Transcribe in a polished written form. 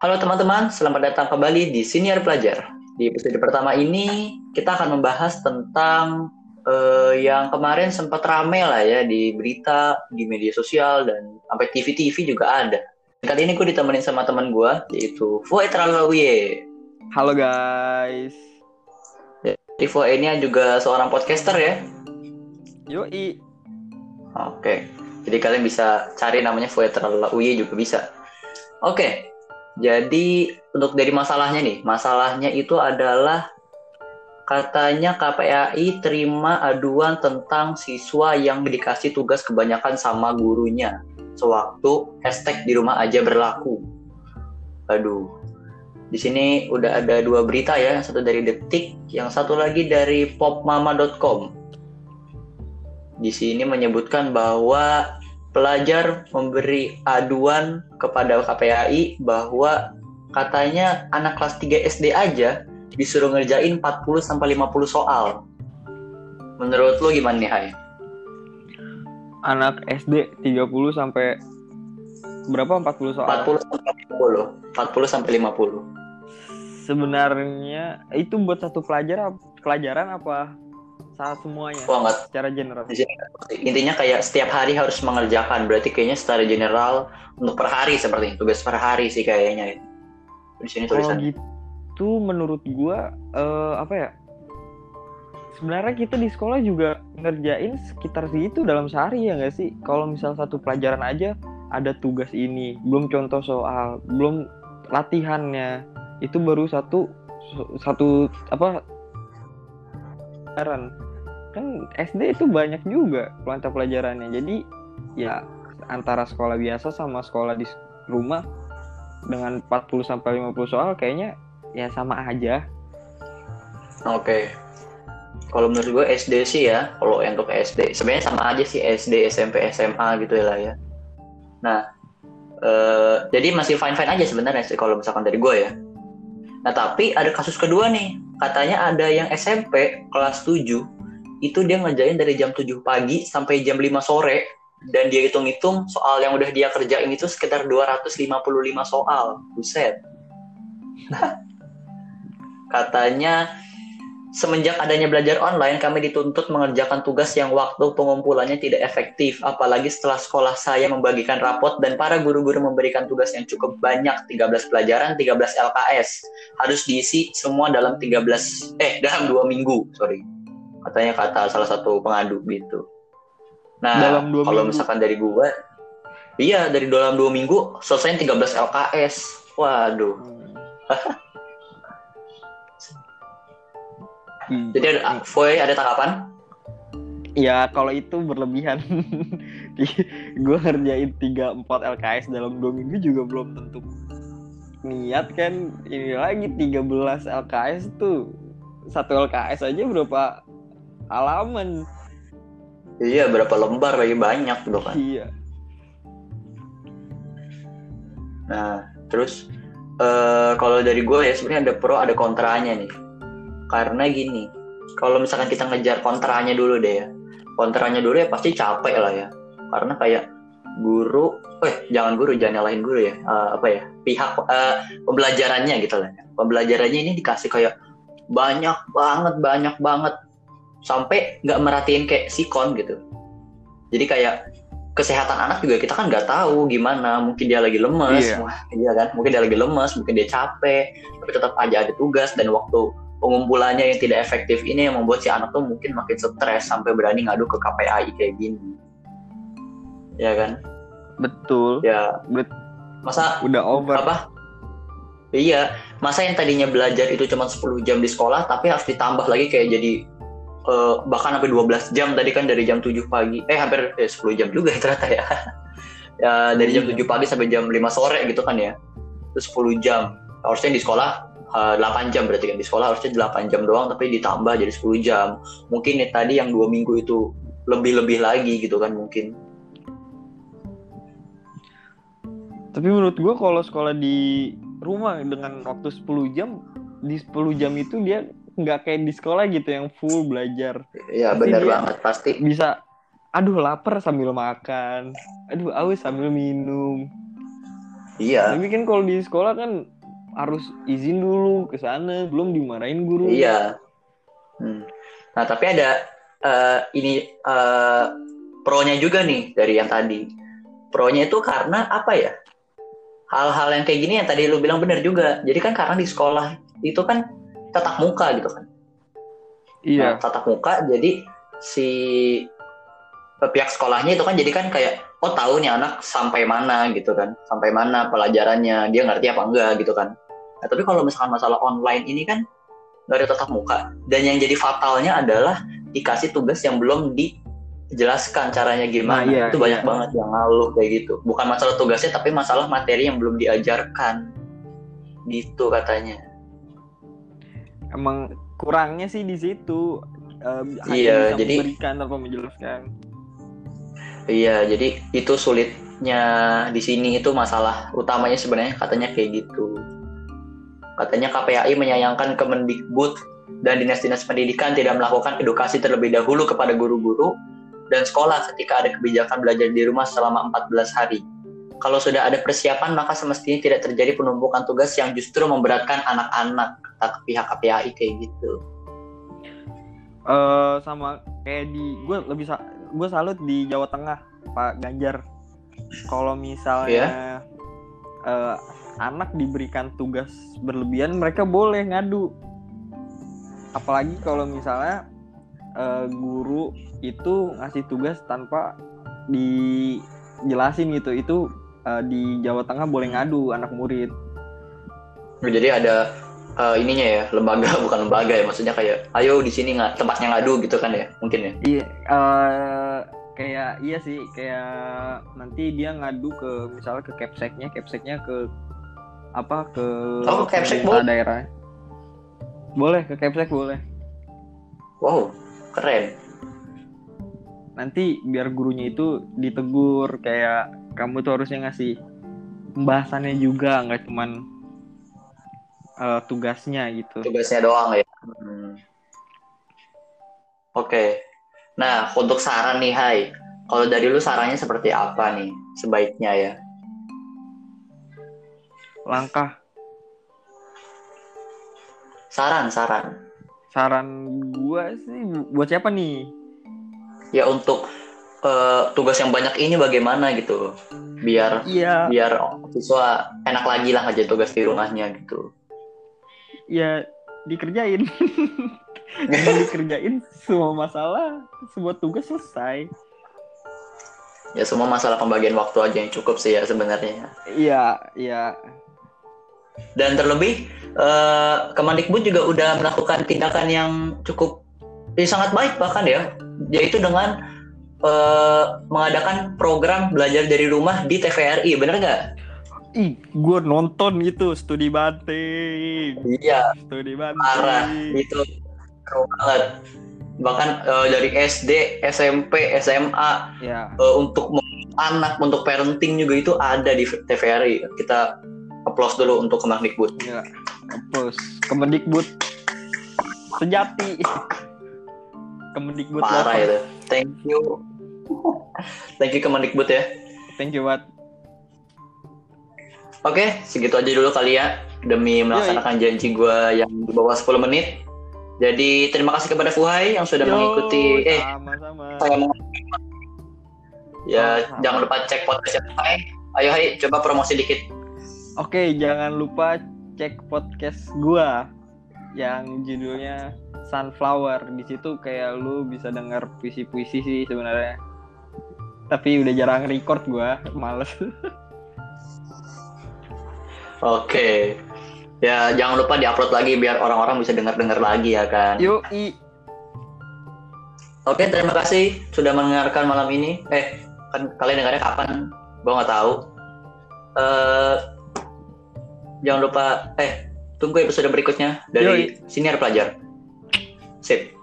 Halo teman-teman, selamat datang kembali di Senior Pelajar. Di episode pertama ini, kita akan membahas tentang yang kemarin sempat rame lah ya di berita, di media sosial, dan sampai TV-TV juga ada. Kali ini gue ditemenin sama teman gue, yaitu Foe Tralawiye. Halo guys. Jadi Foe ini juga seorang podcaster ya. Yoi. Oke, jadi kalian bisa cari namanya Foe Tralawiye juga bisa. Oke, jadi untuk dari masalahnya itu adalah katanya KPAI terima aduan tentang siswa yang dikasih tugas kebanyakan sama gurunya sewaktu hashtag di rumah aja berlaku. Aduh, di sini udah ada dua berita ya, satu dari Detik, yang satu lagi dari popmama.com. Di sini menyebutkan bahwa pelajar memberi aduan kepada KPAI bahwa katanya anak kelas 3 SD aja disuruh ngerjain 40-50 soal. Menurut lo gimana nih, Hai? Anak SD 30 sampai berapa? 40 soal? 40-50. Sebenarnya itu buat satu pelajaran apa saat semuanya? Wah, enggak. Secara general. Intinya kayak setiap hari harus mengerjakan. Berarti kayaknya secara general untuk per hari seperti itu. Tugas per hari sih kayaknya. Di sini Kalau tulisan. gitu menurut gua apa ya? Sebenarnya kita di sekolah juga ngerjain sekitar segitu dalam sehari ya nggak sih? Kalau misal satu pelajaran aja ada tugas ini, belum contoh soal, belum latihannya, itu baru satu apa pelajaran. Kan SD itu banyak juga mata pelajarannya. Jadi ya antara sekolah biasa sama sekolah di rumah dengan 40 sampai 50 soal kayaknya ya sama aja. Oke. Kalau menurut gue SD sih ya, kalau untuk SD sebenarnya sama aja sih SD, SMP, SMA gitu lah ya. Nah, jadi masih fine-fine aja sebenarnya sih kalau misalkan dari gue ya. Nah, tapi ada kasus kedua nih. Katanya ada yang SMP kelas 7 itu dia ngerjain dari jam 7 pagi sampai jam 5 sore dan dia hitung-hitung soal yang udah dia kerjain itu sekitar 255 soal. Buset. Katanya semenjak adanya belajar online, kami dituntut mengerjakan tugas yang waktu pengumpulannya tidak efektif. Apalagi setelah sekolah saya membagikan rapot dan para guru-guru memberikan tugas yang cukup banyak, 13 pelajaran, 13 LKS. Harus diisi semua dalam 2 minggu, sorry. Katanya kata salah satu pengadu gitu. Nah, Dalam 2 kalau minggu. misalkan dari gue, iya dari dalam 2 minggu selesai 13 LKS. Waduh. Jadi ada tanggapan? Ya kalau itu berlebihan. Gue ngerjain 3-4 LKS dalam 2 minggu juga belum tentu niat kan. Ini lagi 13 LKS tuh. Satu LKS aja berapa halaman. Iya, berapa lembar lagi banyak loh kan. Iya. Nah, terus kalau dari gue ya sebenarnya ada pro ada kontranya nih. Karena gini, kalau misalkan kita ngejar kontranya dulu deh ya. Kontranya dulu ya pasti capek lah ya. Karena kayak jangan nyalahin guru ya. Pihak pembelajarannya gitu lah. Pembelajarannya ini dikasih kayak banyak banget sampai nggak merhatiin kayak sikon gitu. Jadi kayak kesehatan anak juga kita kan nggak tahu gimana, mungkin dia lagi lemes, iya kan, mungkin dia lagi lemes, mungkin dia capek, tapi tetap aja ada tugas dan waktu pengumpulannya yang tidak efektif ini yang membuat si anak tuh mungkin makin stres sampai berani ngadu ke KPAI kayak gini, ya kan? Betul. Ya, masa udah over apa? Iya, masa yang tadinya belajar itu cuma 10 jam di sekolah, tapi harus ditambah lagi kayak jadi bahkan sampai 12 jam tadi kan dari jam 7 pagi, hampir 10 jam juga ternyata ya. Ya dari jam 7 pagi sampai jam 5 sore gitu kan ya. Terus 10 jam. Harusnya di sekolah 8 jam berarti kan. Di sekolah harusnya 8 jam doang tapi ditambah jadi 10 jam. Mungkin tadi yang 2 minggu itu lebih-lebih lagi gitu kan mungkin. Tapi menurut gue kalau sekolah di rumah dengan waktu 10 jam, di 10 jam itu dia nggak kayak di sekolah gitu yang full belajar. Iya benar banget pasti. Bisa, aduh lapar sambil makan, aduh aus sambil minum. Iya. Tapi kan kalau di sekolah kan harus izin dulu ke sana, belum dimarahin guru. Iya. Nah, tapi ada ini pro-nya juga nih dari yang tadi. Pro-nya itu karena apa ya? Hal-hal yang kayak gini yang tadi lu bilang benar juga. Jadi kan karena di sekolah itu kan tatap muka gitu kan. Iya. Nah, tatap muka jadi si pihak sekolahnya itu kan jadi kan kayak tahu nih anak sampai mana gitu kan. Sampai mana pelajarannya, dia ngerti apa enggak gitu kan. Nah, tapi kalau misalkan masalah online ini kan nggak ada tatap muka. Dan yang jadi fatalnya adalah dikasih tugas yang belum dijelaskan caranya gimana. Nah, itu banyak banget yang ngeluh kayak gitu. Bukan masalah tugasnya, tapi masalah materi yang belum diajarkan. Gitu katanya. Emang kurangnya sih di situ. Iya, hanya bisa jadi memberikan tanpa menjelaskan. Iya, jadi itu sulitnya di sini itu masalah utamanya sebenarnya katanya kayak gitu. Katanya KPAI menyayangkan Kemendikbud dan dinas-dinas pendidikan tidak melakukan edukasi terlebih dahulu kepada guru-guru dan sekolah ketika ada kebijakan belajar di rumah selama 14 hari. Kalau sudah ada persiapan, maka semestinya tidak terjadi penumpukan tugas yang justru memberatkan anak-anak, kata pihak KPAI kayak gitu. Sama kayak gue salut di Jawa Tengah, Pak Ganjar. Kalau misalnya anak diberikan tugas berlebihan, mereka boleh ngadu. Apalagi kalau misalnya guru itu ngasih tugas tanpa dijelasin gitu, itu di Jawa Tengah boleh ngadu anak murid. Jadi ada ininya ya, lembaga bukan lembaga ya, maksudnya kayak ayo di sini tempatnya ngadu gitu kan ya, mungkin ya. Iya, iya sih, kayak nanti dia ngadu ke misalnya ke Kepseknya ke Kepsek pemerintah daerah. Boleh ke Kepsek boleh. Wow, keren. Nanti biar gurunya itu ditegur kayak kamu tuh harusnya ngasih pembahasannya juga, nggak cuman tugasnya gitu. Tugasnya doang ya. Oke. Nah, untuk saran nih, Hai. Kalau dari lu sarannya seperti apa nih sebaiknya ya? Langkah. Saran. Saran gua sih buat siapa nih? Ya untuk tugas yang banyak ini bagaimana gitu. Biar siswa enak lagi lah ngajarin tugas di rumahnya gitu. Ya dikerjain. Dikerjain semua masalah, semua tugas selesai. Ya semua masalah pembagian waktu aja yang cukup sih ya sebenarnya. Iya. Dan terlebih Kemendikbud juga udah melakukan tindakan yang cukup sangat baik bahkan ya, yaitu dengan mengadakan program belajar dari rumah di TVRI, bener nggak? Gue nonton itu studi banting. Iya. Studi banting. Parah, itu seru banget. Bahkan dari SD, SMP, SMA, untuk anak, untuk parenting juga itu ada di TVRI. Kita applause dulu untuk Kemendikbud. Ya, applause. Kemendikbud sejati. Kemendikbud parah itu. Thank you Kemendikbud ya. Thank you Wat. Oke, segitu aja dulu kali ya demi melaksanakan janji gue yang di bawah 10 menit. Jadi terima kasih kepada Fuhai yang sudah mengikuti. Sama-sama. Jangan lupa cek podcast Fuhai. Ayo Hai, coba promosi dikit. Oke, jangan lupa cek podcast gua yang judulnya Sunflower. Di situ kayak lu bisa dengar puisi-puisi sih sebenarnya. Tapi udah jarang record gua, males. Oke. Ya, jangan lupa diupload lagi biar orang-orang bisa dengar-dengar lagi ya kan. Yoi. Oke, terima kasih sudah mendengarkan malam ini. Kan kalian dengarnya kapan? Gua nggak tahu. Jangan lupa tunggu episode berikutnya dari Siniar Pelajar. Sip.